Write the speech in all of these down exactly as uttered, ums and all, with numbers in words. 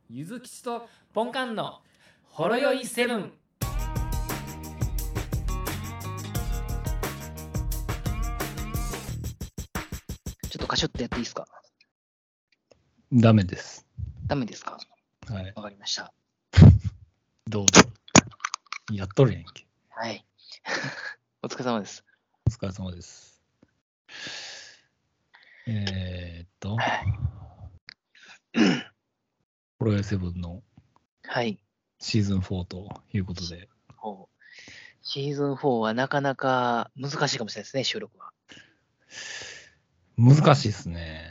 ゆずきちとポンカンのほろよいセブン。 ちょっとカシュッとやっていいですか？ ダメです。 ダメですか？ はい。 わかりました。 どうぞ。やっとるやんけ。 はい。お疲れ様です。 お疲れ様です。えー、っと、ホロヨイセブンのはい。 シーズンフォーということで。 ほう。シーズンフォーはなかなか難しいかもしれないですね、収録は。 難しいですね。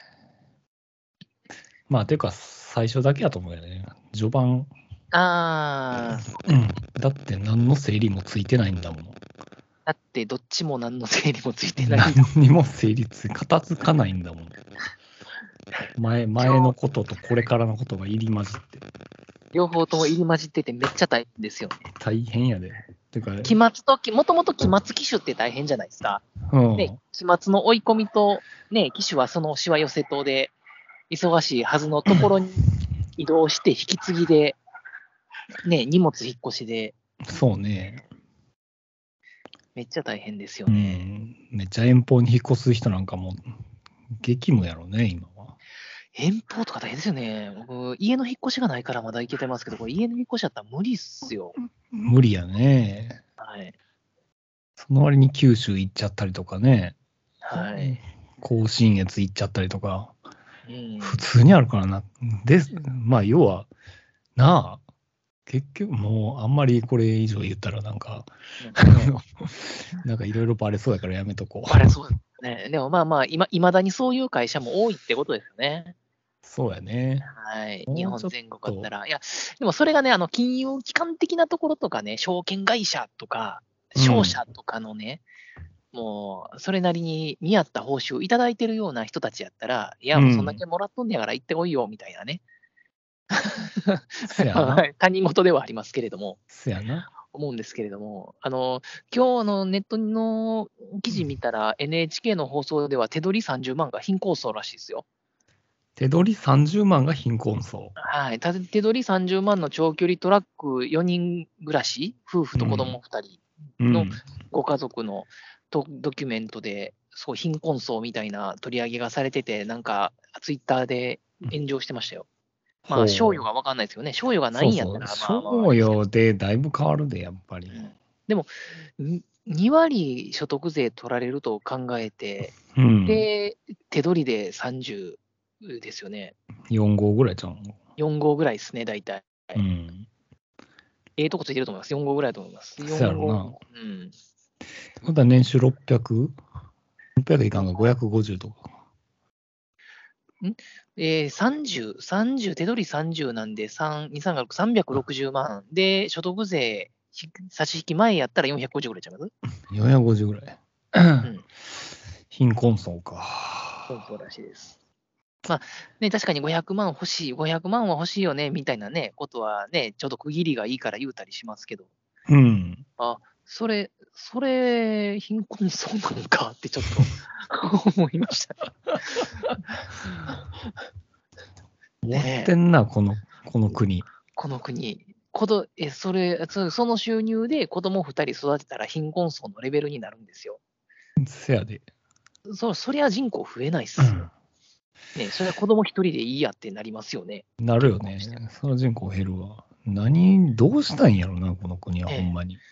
まあ、ていうか、最初だけやと思うよね。序盤。 あー、 うん。だって何の整理もついてないんだもん。 だってどっちも何の整理もついてない。 何にも整理つ、片付かないんだもん。前、前のこととこれからのことが入り混じって。 両方とも入り混じっててめっちゃ大変ですよね。 大変やで。てか、 期末と、もともと期末機種って大変じゃないですか。 うん。 で、期末の追い込みと、ね、機種はそのしわ寄せとで、忙しいはずのところに移動して引き継ぎで、ね、荷物引っ越しで、 そうね。 めっちゃ大変ですようね。 ん。めっちゃ遠方に引っ越す人なんかも激務やろね、今は。 遠方とか大変ですよね。僕、家の引っ越しがないからまだ行けてますけど、これ家の引っ越しだったら無理っすよ。 無理やね。 はい。 その割に九州行っちゃったりとかね。 はい。 甲信越行っちゃったりとか、 うん、 普通にあるからな。で、まあ、要は、なあ、結局もうあんまりこれ以上言ったらなんか、なんかいろいろバレそうやからやめとこう。 バレそうですね。でもまあまあ、いま未だにそういう会社も多いってことですよね。 そうやね。 はい。 もう日本ちょっと全国だったら。いや、でもそれがね、あの、金融機関的なところとかね、証券会社とか、商社とかのね、もう、それなりに見合った報酬をいただいてるような人たちやったら、いや、もうそんだけもらっとんねやから行ってこいよ、みたいなね。 せやな。 はい他人事ではありますけれども、 せやな。 思うんですけれども、あの、今日のネットの記事見たら、エヌエイチケー の放送では手取りさんじゅうまんが貧困層らしいですよ。 手取りさんじゅうまんが貧困層。 はい。た手取りさんじゅうまんの長距離トラックよにん暮らし、夫婦と子供ふたりのうん。 ご家族のとドキュメントで、そう、貧困層みたいな取り上げがされてて、なんか、ツイッターで炎上してましたよ。まあ、賞与が分かんないですよね。賞与がないんやったら、 そうそう。 まあまあいいですけど。 賞与でだいぶ変わるで、やっぱり。 うんでも、にに割所得税取られると考えて、 うん。 で、手取りでさんじゅうですよね。 よん号ぐらいちゃうの。 よん号ぐらいですね、大体。 うん。 ええとこついてると思います。よん号ぐらいだと思います。 そうやろなよん号。うん。 また年収ろっぴゃく？ ろっぴゃく いかんがごひゃくごじゅうとか。 えー、さんじゅう、さんじゅう、手取りさんじゅうなんで、さん、に、さんがろく、さんびゃくろくじゅうまん。で、所得税ひ差し引き前やったらよんひゃくごじゅうぐらいちゃいます？ よんひゃくごじゅうぐらい。 うん。 貧困層か。 そうそうらしいです。まあね、確かにごひゃくまん欲しい、ごひゃくまんは欲しいよね、みたいなね、ことはね、ちょっと区切りがいいから言うたりしますけど、 うん。 あ、それ、それ、貧困層なのかってちょっと思いました。 終わってんな、この、この国。 この国。こどえそれそその収入で子供ふたり育てたら貧困層のレベルになるんですよ。 せやで。 そそりゃ人口増えないっすよ。ね、それは子供ひとりでいいやってなりますよね。 なるよね。その人口減るわ。何、どうしたいんやろな、この国は、 ええほんまに。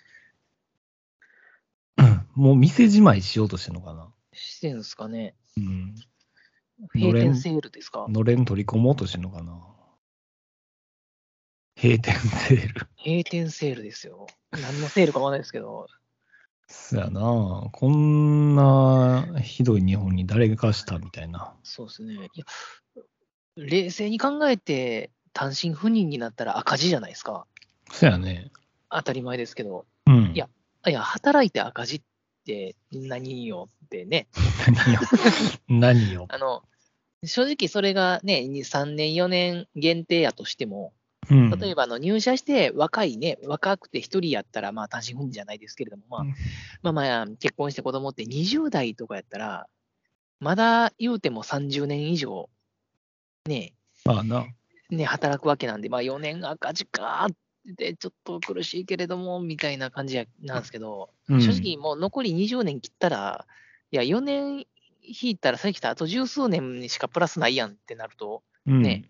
うんもう店じまいしようとしてんのかな。 してるんですかね。 うん。 閉店セールですか？ のれん取り込もうとしてんのかな。閉店セール。 閉店セールですよ。何のセールかわかんないですけど。 そやな。こんなひどい日本に誰が貸したみたいな。 そうですね。いや、冷静に考えて、単身赴任になったら赤字じゃないですか。 そやね。 当たり前ですけど。 うん。 いや、いや、働いて赤字って何よってね。 何よ。何よ。 あの、正直それがね、にさんねん、よねん限定やとしても、 うん。 例えばあの入社して若いね、若くてひとりやったら、まあ単身赴任じゃないですけれども、まあ、 うんまあまあ、結婚して子供ってにじゅう代とかやったら、まだ言うてもさんじゅうねん以上、ね、 まあな。 ね、働くわけなんで、まあよねん赤字かーってちょっと苦しいけれども、みたいな感じやなんですけど、 うん正直もう残りにじゅうねん切ったら、いや、よねん引いたら、さっき言ったあと十数年にしかプラスないやんってなると、 うん。 ね、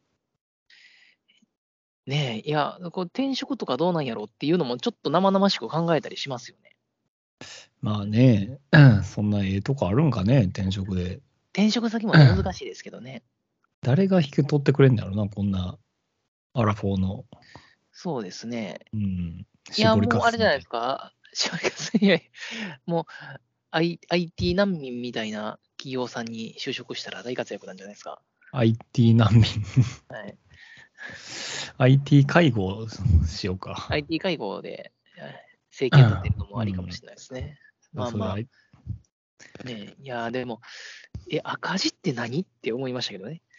ねえ、いや、こう転職とかどうなんやろうっていうのもちょっと生々しく考えたりしますよね。 まあね、そんなええとこあるんかね、転職で。 転職先もね、難しいですけどね。 誰が引き取ってくれんだろうな、こんなアラフォーの、 そうですね。 うん、 いや、 絞りかすもうあれじゃないですか。絞りかす、いやいやもう、I、アイティー 難民みたいな企業さんに就職したら大活躍なんじゃないですか。 アイティー 難民。 はい。 アイティー 介護しようか。 アイティー 介護でえ生計立てるのもありかもしれないですね。まあまそれあいあ、ね、いや、でも、え、赤字って何って思いましたけどね。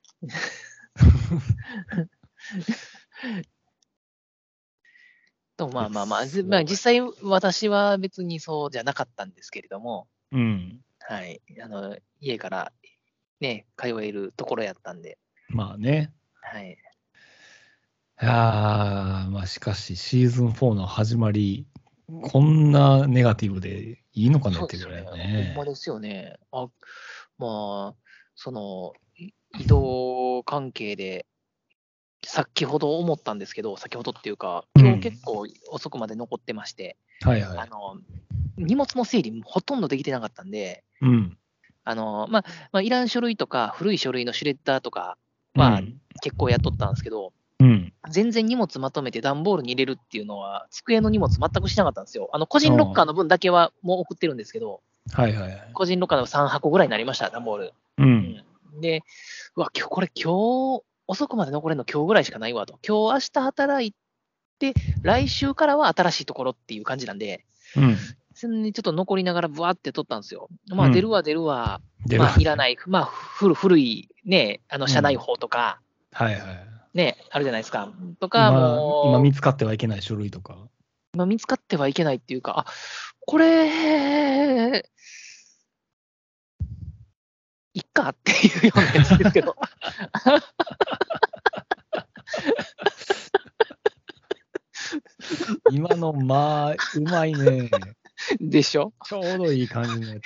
とまあまあまあ、ずまあ、実際私は別にそうじゃなかったんですけれども、 うん。 はい、あの家からね、通えるところやったんで、 まあね。 はい、 いやー、まあしかしシーズンフォーの始まり、こんなネガティブでいいのかねってぐらいそうですよね、ほんね。 まですよね。あまあ、そのい移動関係で、先ほど思ったんですけど、先ほどっていうか、今日結構遅くまで残ってまして、 はいはい。 あの荷物の整理ほとんどできてなかったんで、 うん。 あのまあまあ、いらん書類とか古い書類のシュレッダーとかはうん。 結構やっとったんですけど、 うん。 全然荷物まとめて段ボールに入れるっていうのは、机の荷物全くしなかったんですよ。あの個人ロッカーの分だけはもう送ってるんですけど、 はいはいはい。 個人ロッカーのさん箱ぐらいになりました、段ボール。 う。 うんん、で、うわ、今日これ今日遅くまで残れるの今日ぐらいしかないわと。今日明日働いて、来週からは新しいところっていう感じなんで、 うん。 それにちょっと残りながらブワーって取ったんですよ。まあうん出るわ出るわ、 出るわまあいらない、まあ古古いね、あの社内法とか、 はいはい。 ね、あるじゃないですか。とか、 今、今もう、 見つかってはいけない書類とか。 まあ、見つかってはいけないっていうか、あ、これ、いっかっていうようなやつですけど。 今の、まあ、うまいね。 でしょちょうどいい感じのやつ。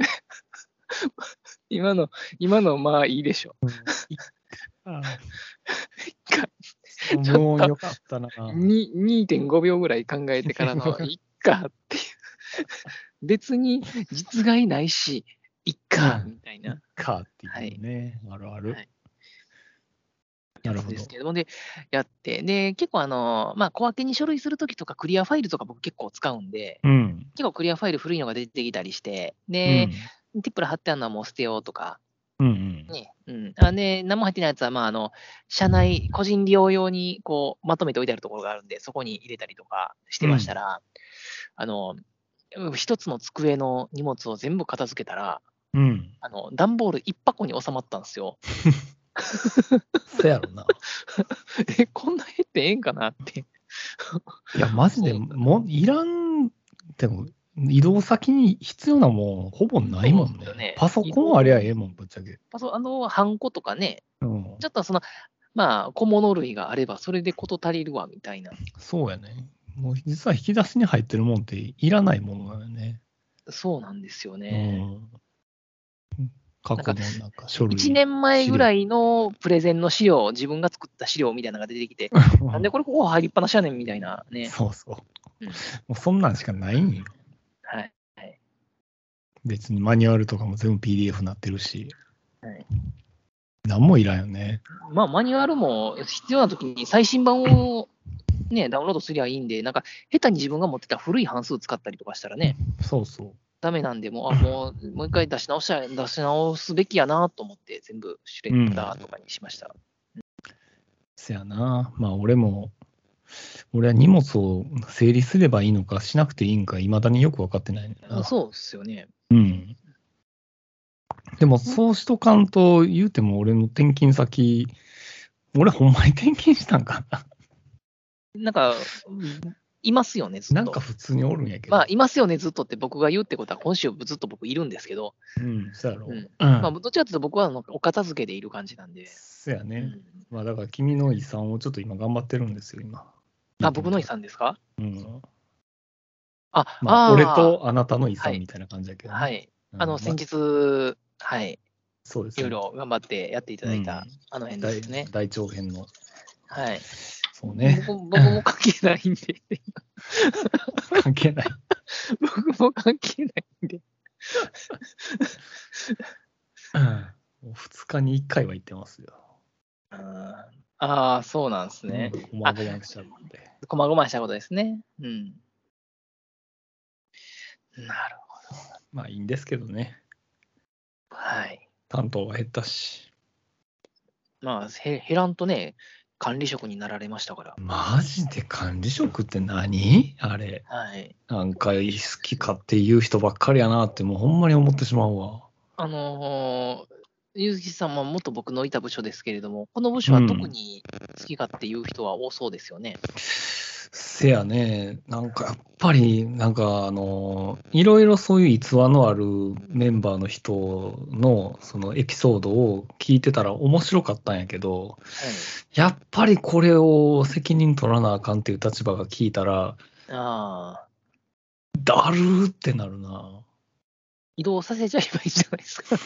今の、今のまあいいでしょ。 あかあ、もうよかったな。 ににてんごびょうぐらい考えてからの、いっかっていう。別に実害ないし、いっか、みたいな。 かっていうね、あるある。 はいなるほどですけども、で、やって、で、結構あの、まあ、小分けに書類するときとか、クリアファイルとか僕結構使うんで、 うん。 結構クリアファイル古いのが出てきたりして、 うで、 ん。 ティップル貼ってあるのはもう捨てようとか、 うんうん。 ね、うん。あで、何も入ってないやつは、まあ、あの、社内、個人利用用に、こう、まとめておいてあるところがあるんで、そこに入れたりとかしてましたら、あの、一つの机の荷物を全部片付けたら、 うん。 あの、段ボール一箱に収まったんですよ。 そやろな。 え、こんな減ってええんかなって。 いや、マジで、もう、いらん、でも、移動先に必要なもん、ほぼないもんね。 そうですよねパソコンありゃええもん、ぶっちゃけ。 パソあの、ハンコとかね、 うん。 ちょっとその、まあ、小物類があれば、それで事足りるわ、みたいな。 そうやね。もう、実は引き出しに入ってるもんっていらないものなのよね。 そうなんですようね。 ん。過去のなんか書類。 いちねんまえぐらい。 いのプレゼンの資料、自分が作った資料みたいなのが出てきて、なんでこれここ入りっぱなしやねんみたいなね。 そうそう。 うんもうそんなんしかないんよ。 はい。はい別にマニュアルとかも全部 ピーディーエフ になってるし。 はいなんもいらんよね。 まあ、マニュアルも必要な時に最新版を、ね、ダウンロードすりゃいいんで、なんか、下手に自分が持ってた古い関数使ったりとかしたらね、 そうそう。 ダメなんで、もう、あもう、もう一回出し直したら、出し直すべきやなと思って、全部シュレッダーとかにしました。 せやな。まあ俺も、俺は荷物を整理すればいいのかしなくていいんか、いまだによく分かってないねんな。 そうですよね。 うん。でもそうしとかんと言うても俺の転勤先、俺ほんまに転勤したんかな。 なんか、 いますよね、ずっと。 なんか普通におるんやけど。 まあ、いますよね、ずっとって僕が言うってことは、今週ずっと僕いるんですけど、 うん、そうやろ。 うんうん。 まあ、どっちかというと僕はあのお片付けでいる感じなんで。 そうやね。 うん、 まあだから君の遺産をちょっと今頑張ってるんですよ、今。 あ、僕の遺産ですか？ うん。 あ、 まあ、 あー俺とあなたの遺はい産みたいな感じだけどね。 はい。 うんあの、 ま先日、はい、 そうですね。 いろいろ頑張ってやっていただいた、 うんあの辺で大すね。 大長編の。 はい。 そうね。 僕僕も関係ないんで、 関係ない。 僕も関係ないんで。 もうふつかにいっかいは行ってますよ。 あーあー、そうなんですね。 うん、こまごましちゃって。 こまごましたことですね。うん。なるほまあいいんですけどね。 ど。はい。 担当は減ったし。 まあ、へ減らんとね、管理職になられましたから。 マジで管理職って何あれ。 はい。 なんか好きかっていう人ばっかりやなってもうほんまに思ってしまうわ。 あのー、ゆずきさんは元僕のいた部署ですけれども、この部署は特に好きかっていう人は多そうですよね。 せやね、なんかやっぱり、なんかあの、いろいろそういう逸話のあるメンバーの人のそのエピソードを聞いてたら面白かったんやけど、 はい。 やっぱりこれを責任取らなあかんっていう立場が聞いたら、 ああ、 だるーってなるな。 移動させちゃえばいいじゃないですか。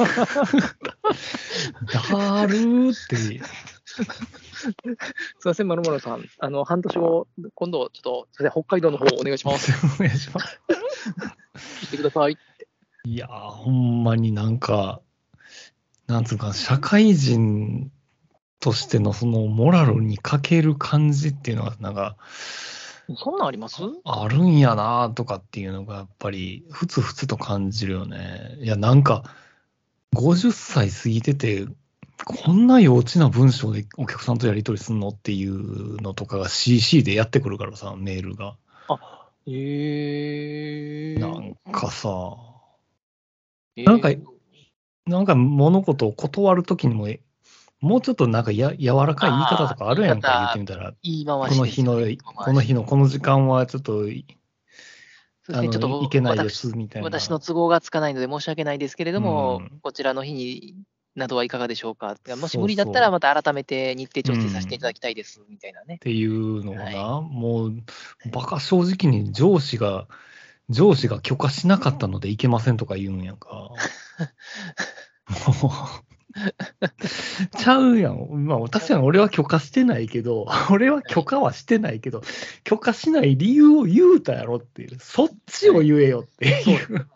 だるーって。 すいません、まるまるさん。あの、半年後、今度、ちょっと、すいません、北海道の方お願いします。 お願いします。 来てください。 いやー、ほんまになんか、なんつうか、社会人としてのそのモラルに欠ける感じっていうのが、なんか、 そんなんあります？ あるんやなとかっていうのが、やっぱり、ふつふつと感じるよね。いや、なんか、ごじゅっさい過ぎてて、こんな幼稚な文章でお客さんとやり取りすんのっていうのとかが シーシー でやってくるからさ、メールが。 あ、えー。 なんかさ、 えーなんかなんか物事を断るときにも、えもうちょっとなんかや柔らかい言い方とかあるやんか、 あー言ってみたら。 言い回この日のしですよね。言い回しこの日のこの時間はちょっと、 そうですあのね、ちょっといけないですみたいな。 私の都合がつかないので申し訳ないですけれども、 うんこちらの日になどはいかがでしょうか。もしそうそう無理だったら、また改めて日程調整させていただきたいです、みたいなねっ。ていうのをな、 はもう、バカ正直に上司が、上司が許可しなかったのでいけませんとか言うんやんか。もう、ちゃうやん。まあ、確かに俺は許可してないけど、俺は許可はしてないけど、許可しない理由を言うたやろっていう、そっちを言えよっていう。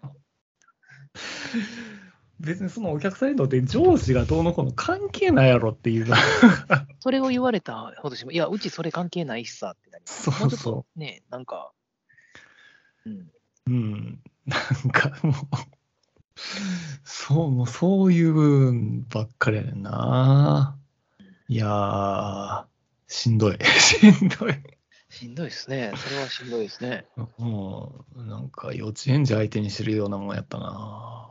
別にそのお客さんにとって上司がどうのこうの関係ないやろっていうな。 それを言われたほどしも、いや、うちそれ関係ないしさってなります。 そうそうもうちょっとね、なんか、うん、 うん。なんかもう、そう、もうそういうばっかりやねんな。いやー、しんどい。しんどい。 しんどいですね。それはしんどいですね。 もう、なんか幼稚園児相手にしてるようなもんやったな。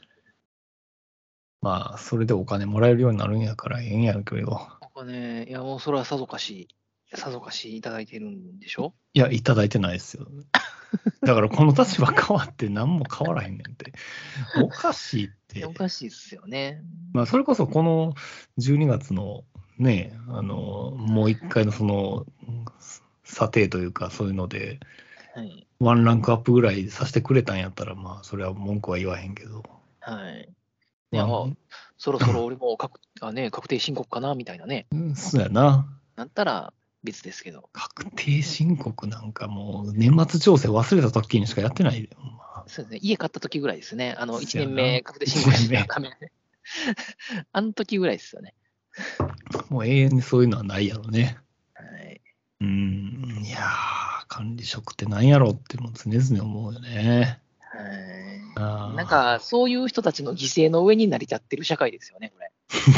まあ、それでお金もらえるようになるんやからええんやけど。 お金、いや、もうそれはさぞかし、さぞかしいただいてるんでしょ？ いや、いただいてないですよ。だからこの立場変わって何も変わらへんねんって。おかしいっいてやお。かしいっすよね。 まあ、それこそこのじゅうにがつのね、あの、もう一回のその、査定というか、そういうので、 はい。 ワンランクアップぐらいさせてくれたんやったら、まあ、それは文句は言わへんけど。 はい。いや、 まああそろそろ俺も確あ、ね、確定申告かなみたいなね。 うんそうやな。 なったら別ですけど。 確定申告なんかもう、年末調整忘れた時にしかやってないで。ほんまそうですね。家買った時ぐらいですね。あの、1 そうやな年目確定申告し一年目たため。あの時ぐらいですよね。 もう永遠にそういうのはないやろね。 はい。 うん、いやー、管理職ってなんやろってもう常々思うよね。 はい。 あーなんか、そういう人たちの犠牲の上に成り立ってる社会ですよね、これ。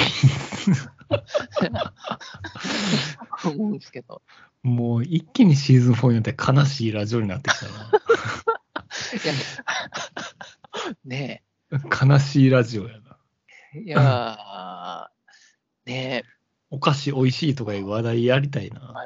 思うんですけど。 もう一気にシーズンフォーになって悲しいラジオになってきたいやねな。悲しいラジオやな。 え。いやー、ねえ。 お菓子美味しいとかいう話題やりたいな。 話題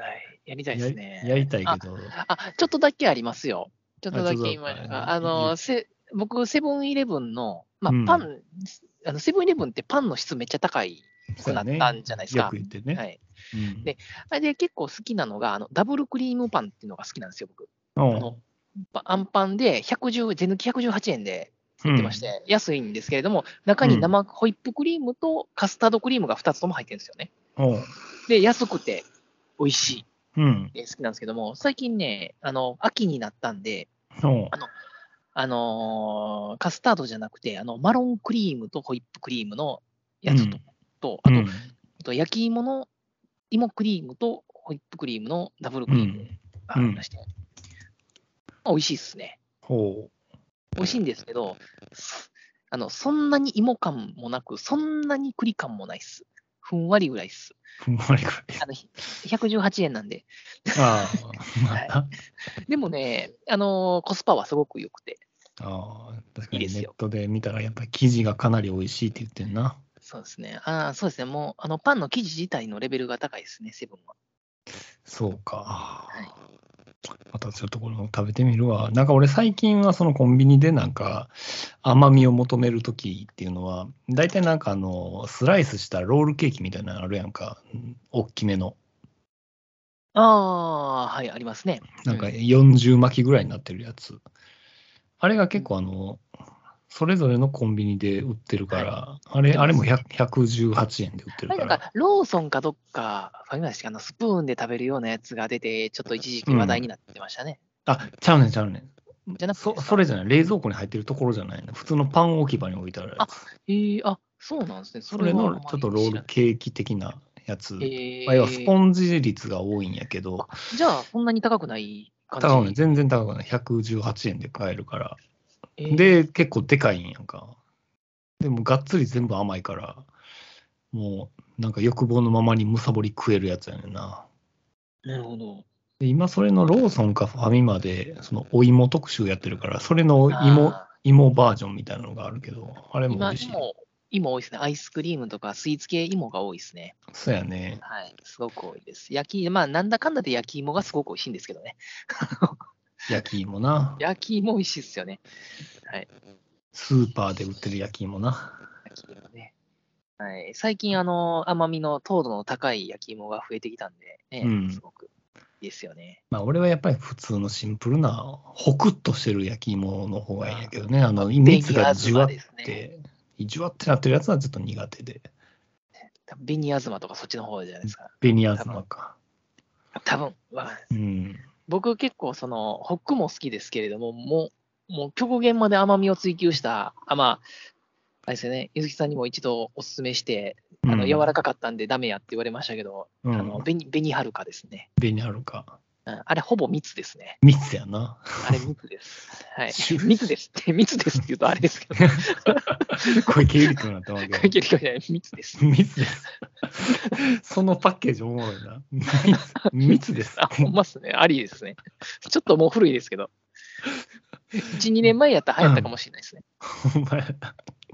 やりたいですね。 ややりたいけど。 あ、あちょっとだけありますよ。ちょっとだあちょっとけ今、 はいああの、せ僕、セブンイレブンの、まあうん、 パン、あのセブンイレブンってパンの質めっちゃ高いくなったんじゃないですか。 よく言ってね。 はい。 うん、 で、あれで結構好きなのが、あのダブルクリームパンっていうのが好きなんですよ、僕。 あのパアンパンでひゃくじゅう、税抜きひゃくじゅうはちえんで売ってまして、安いんですけれども、中に生ホイップクリームとカスタードクリームがふたつとも入ってるんですよね。で、安くて美味しい。 うん、 好きなんですけども、最近ね、あの、秋になったんで、あの、あのーカスタードじゃなくて、あの、マロンクリームとホイップクリームのやつと、 うんとあと、 うんあと焼き芋の芋クリームとホイップクリームのダブルクリームがありまして、まあ美味しいっすね。 ほ美味しいんですけど、あの、そんなに芋感もなく、そんなに栗感もないっす。ふんわりぐらいっす。 う。ふんわりぐらい。 あの、ひゃくじゅうはちえんなんで。 ああ、まあ、 でもね、あのーコスパはすごく良くて。 ああ、確かにいいですよネットで見たらやっぱり生地がかなり美味しいって言ってんな。 そうですね。ああ、そうですね。もう、あの、パンの生地自体のレベルが高いですね、セブンは。 そうか。 はいまたちょっとこれも食べてみるわ。なんか俺最近はそのコンビニでなんか甘みを求めるときっていうのは、大体なんかあの、スライスしたロールケーキみたいなのあるやんか。大きめの。 ああ、はい、ありますね。 なんかうんよんじゅう巻きぐらいになってるやつ。あれが結構あの、それぞれのコンビニで売ってるから、あれ、あれもひゃくひゃくじゅうはちえんで売ってるあれから。 なんか、ローソンかどっか、ファミマでしたか、あのスプーンで食べるようなやつが出て、ちょっと一時期話題になってましたね。 あ、ちゃうねんちゃうねん。 じゃなくてそそれじゃない。冷蔵庫に入ってるところじゃないの。普通のパン置き場に置いてあるやつ。 えー、あ、そうなんですね。そそれれはあまりのちょっとロールケーキ的なやつ。 えまあ要はスポー、 ンジ率が多いんやけど、 じゃあ、そんなに高くない感じ。 高くない。全然高くない。ひゃくじゅうはちえんで買えるから。 えー、 で、結構でかいんやんか。でも、がっつり全部甘いから、もう、なんか欲望のままにむさぼり食えるやつやねんな。 なるほど。 で今、それのローソンかファミマで、そのお芋特集やってるから、それの芋あ芋バージョンみたいなのがあるけど、あれー今、 も美味しい。 芋、芋多いですね。アイスクリームとかスイーツ系芋が多いですね。 そうやね。 はい。すごく多いです。焼き、まあ、なんだかんだで焼き芋がすごく美味しいんですけどね。 焼き芋な。 焼き芋美味しいですよね。はい。 スーパーで売ってる焼き芋な。 焼き芋ね。はい。最近、あの、甘みの糖度の高い焼き芋が増えてきたんで、ね、 うんすごくいいですよね。 まあ、俺はやっぱり普通のシンプルな、ホクッとしてる焼き芋の方がいいんやけどね。あの、熱がじゅわっ紅あずまて、じゅわってなってるやつはちょっと苦手で。 多分紅あずまとかそっちの方じゃないですか。 紅あずまか。 多分、わうん。 僕結構その、ホックも好きですけれども、もう、もう極限まで甘みを追求した、あ、まあ、あれですよね、ゆずきさんにも一度お勧めして、あの、 うん柔らかかったんでダメやって言われましたけど、 うんあの、紅、紅はるかですね。 紅はるか。 うんあれ、ほぼ蜜ですね。 蜜やな。 あれ、蜜です。はいシュ。 蜜ですって、蜜ですって言うとあれですけど、 小池百合子になってますけいけるかじゃない、蜜です。 ど。蜜です。そのパッケージおもろいな。蜜蜜です。 あ、ほんまっすね。ありですね。ちょっともう古いですけど。いち、にねんまえやったら流行ったかもしれないですね。 ほんまやな。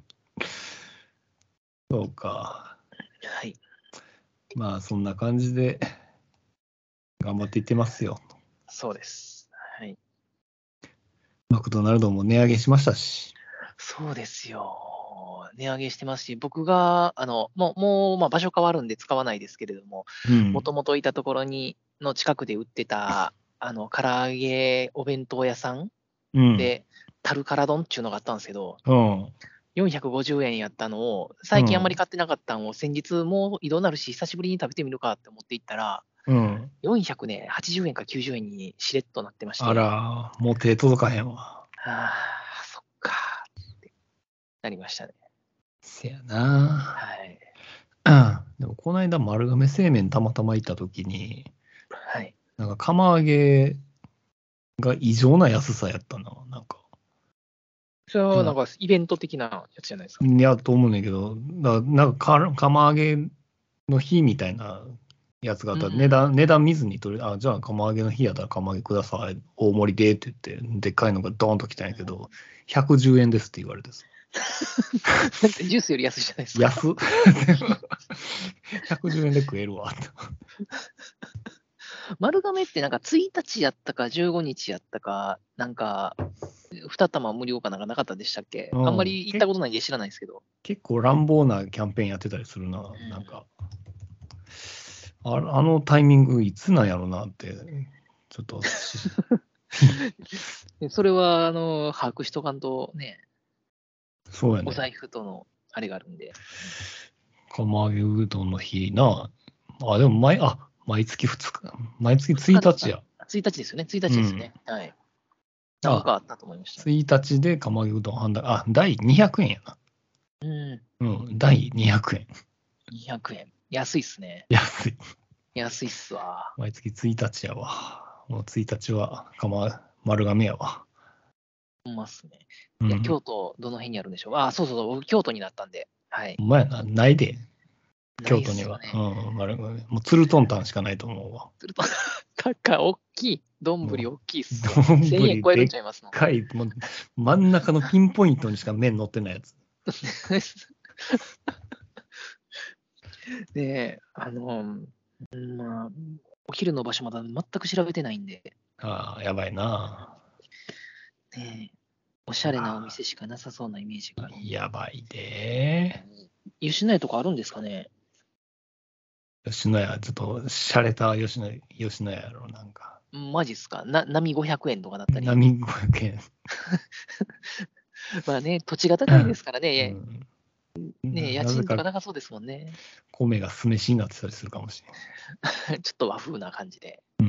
そうか。 はい。 まあ、そんな感じで頑張っていってますよ。 そうです。はい。 マクドナルドも値上げしましたし。 そうですよ。値上げしてますし、僕が、あの、もう、もう、まあ、場所変わるんで使わないですけれども、 うんもともといたところに、の近くで売ってた、あの、唐揚げお弁当屋さんうん。 で、タルカラ丼っていうのがあったんですけど、 うん。 よんひゃくごじゅうえんやったのを、最近あんまり買ってなかったのを、先日もう移動なるし、久しぶりに食べてみるかって思って行ったら、 うん。 よんひゃくはちじゅうえんかきゅうじゅうえんにしれっとなってまして、 あら、もう手届かへんわ。 ああ、そっかってなりましたね。 せやな。 はい。 でも、この間、丸亀製麺たまたま行った時に、 はい。 なんか釜揚げが異常な安さやったな。なんか。 それはなんかイベント的なやつじゃないですか。 いや、と思うねんだけど、だなんかか釜揚げの日みたいなやつがあったら、 うん値段、値段見ずにとりあえず、あ、じゃあ釜揚げの日やったら釜揚げください。大盛りでって言って、でっかいのがドーンと来たんやけど、ひゃくじゅうえんですって言われてさ。 だってジュースより安いじゃないですか。 安っひゃくじゅうえんで食えるわって。 丸亀ってなんかついたちやったかじゅうごにちやったか、なんかに玉無料かなんかなかったでしたっけ、 うんあんまり行ったことないんで知らないですけど。 結構乱暴なキャンペーンやってたりするな、 んなんか。あ、あのタイミングいつなんやろなって、ちょっと。 それは、あの、把握しとかんとね、 そうやね。 お財布とのあれがあるんで。 釜揚げうどんの日な。あ、でも毎、あ、毎月ふつか、毎月ついたちや。 ついたちですよね、ついたちですね。うん、はい。なんかあったと思いました。 ついたちで釜揚げうどん半額、あ、だいにひゃくえんやな。 うん。 うん、だいにひゃくえん。 にひゃくえん。安いっすね。 安い。 安いっすわ。 毎月ついたちやわ。もうついたちは釜丸亀やわ。 ほんまっすね。いや、 うん、 京都、どの辺にあるんでしょう。あ、そうそうそう、僕、京都になったんで。はい。 ほんまやな、ないで。京都には。 ないっすよね、 うん、丸亀。もうつるとんたんしかないと思うわ。 すると、高い、大きい。丼大きいっすよ。 丼せんえん超えるんちゃいますの。 かい、もう真ん中のピンポイントにしか麺乗ってないやつ。 で、あの、まあ、お昼の場所まだ全く調べてないんで、 ああ、やばいな。 ねえ、おしゃれなお店しかなさそうなイメージがある。 やばいで。 吉野家とかあるんですかね。 吉野家、ちょっと、洒落た吉野家、吉野家やろ、なんか。 マジっすかな、波ごひゃくえんとかだったり。 波ごひゃくえん。 まあね、土地が高いですからね、 うん、 ね家賃とか高そうですもんね。 米が酢飯になってたりするかもしれない。 ちょっと和風な感じで。 うん。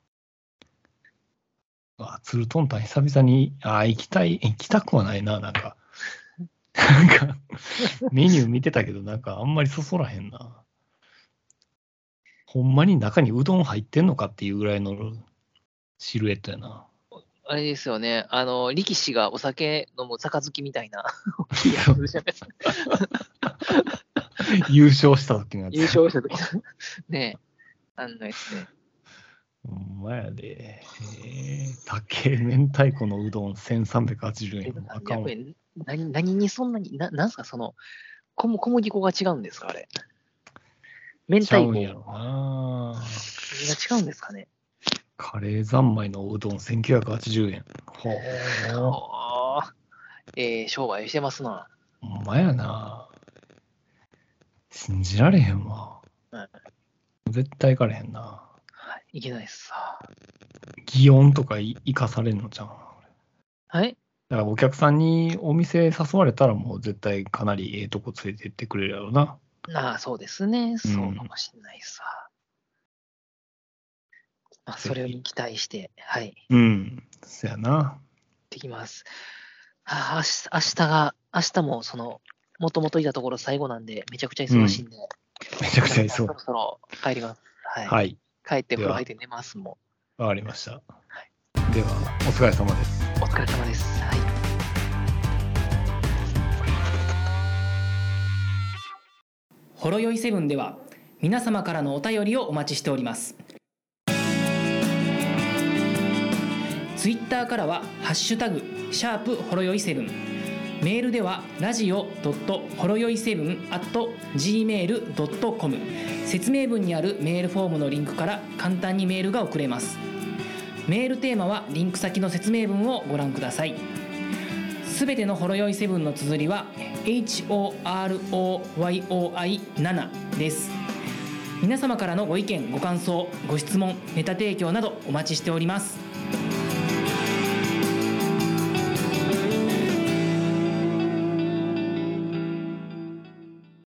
あ、ツルトンタン久々に、あ、行きたい、行きたくはないな、なんか。なんか、メニュー見てたけど、なんかあんまりそそらへんな。ほんまに中にうどん入ってんのかっていうぐらいのシルエットやな。 あれですよね、あの、力士がお酒飲む杯みたいな、大きいやつじゃないですか。 優勝した時のやつ。 優勝した時の。ねえ、あんなやつね。 ほんまやで。えー、高え明太子のうどんせんさんびゃくはちじゅうえん。あかんわ。 何、何にそんなに、ななんすか、その、小小麦粉が違うんですか、あれ。明太子。 ちゃうんやろな。 何が違うんですかね。 カレー三昧のうどんせんきゅうひゃくはちじゅうえん。ほー。えー、商売してますな。 ほんまやな。信じられへんわ。 うん、 絶対行かれへんな。 はい、いけないっすわ。 擬音とかい生かされんのじゃん。 はい。 だからお客さんにお店誘われたらもう絶対かなりええとこ連れてってくれるやろな。 ああ、そうですね。そうかもしれないっすわ。まあ、それに期待して、はい。 うん。そやな。 できます。はあ、明日、明日が、明日もその、もともといたところ最後なんで、めちゃくちゃ忙しいんで。 うん、めちゃくちゃ忙しい。 そろそろ帰ります。はい。 はい、 帰って風呂入って寝ますもん。 わかりました。 はい、 では、お疲れ様です。 お疲れ様です。はい。 ほろよいセブンでは皆様からのお便りをお待ちしております。ツイッターからはハッシュタグシャープほろよいセブン、メールではラジオドットほろよいセブンアットジーメールドットコム、説明文にあるメールフォームのリンクから簡単にメールが送れます。メールテーマはリンク先の説明文をご覧ください。すべてのほろよいセブンの綴りは エイチオーアールオーワイオーアイセブン です。皆様からのご意見、ご感想、ご質問、ネタ提供などお待ちしております。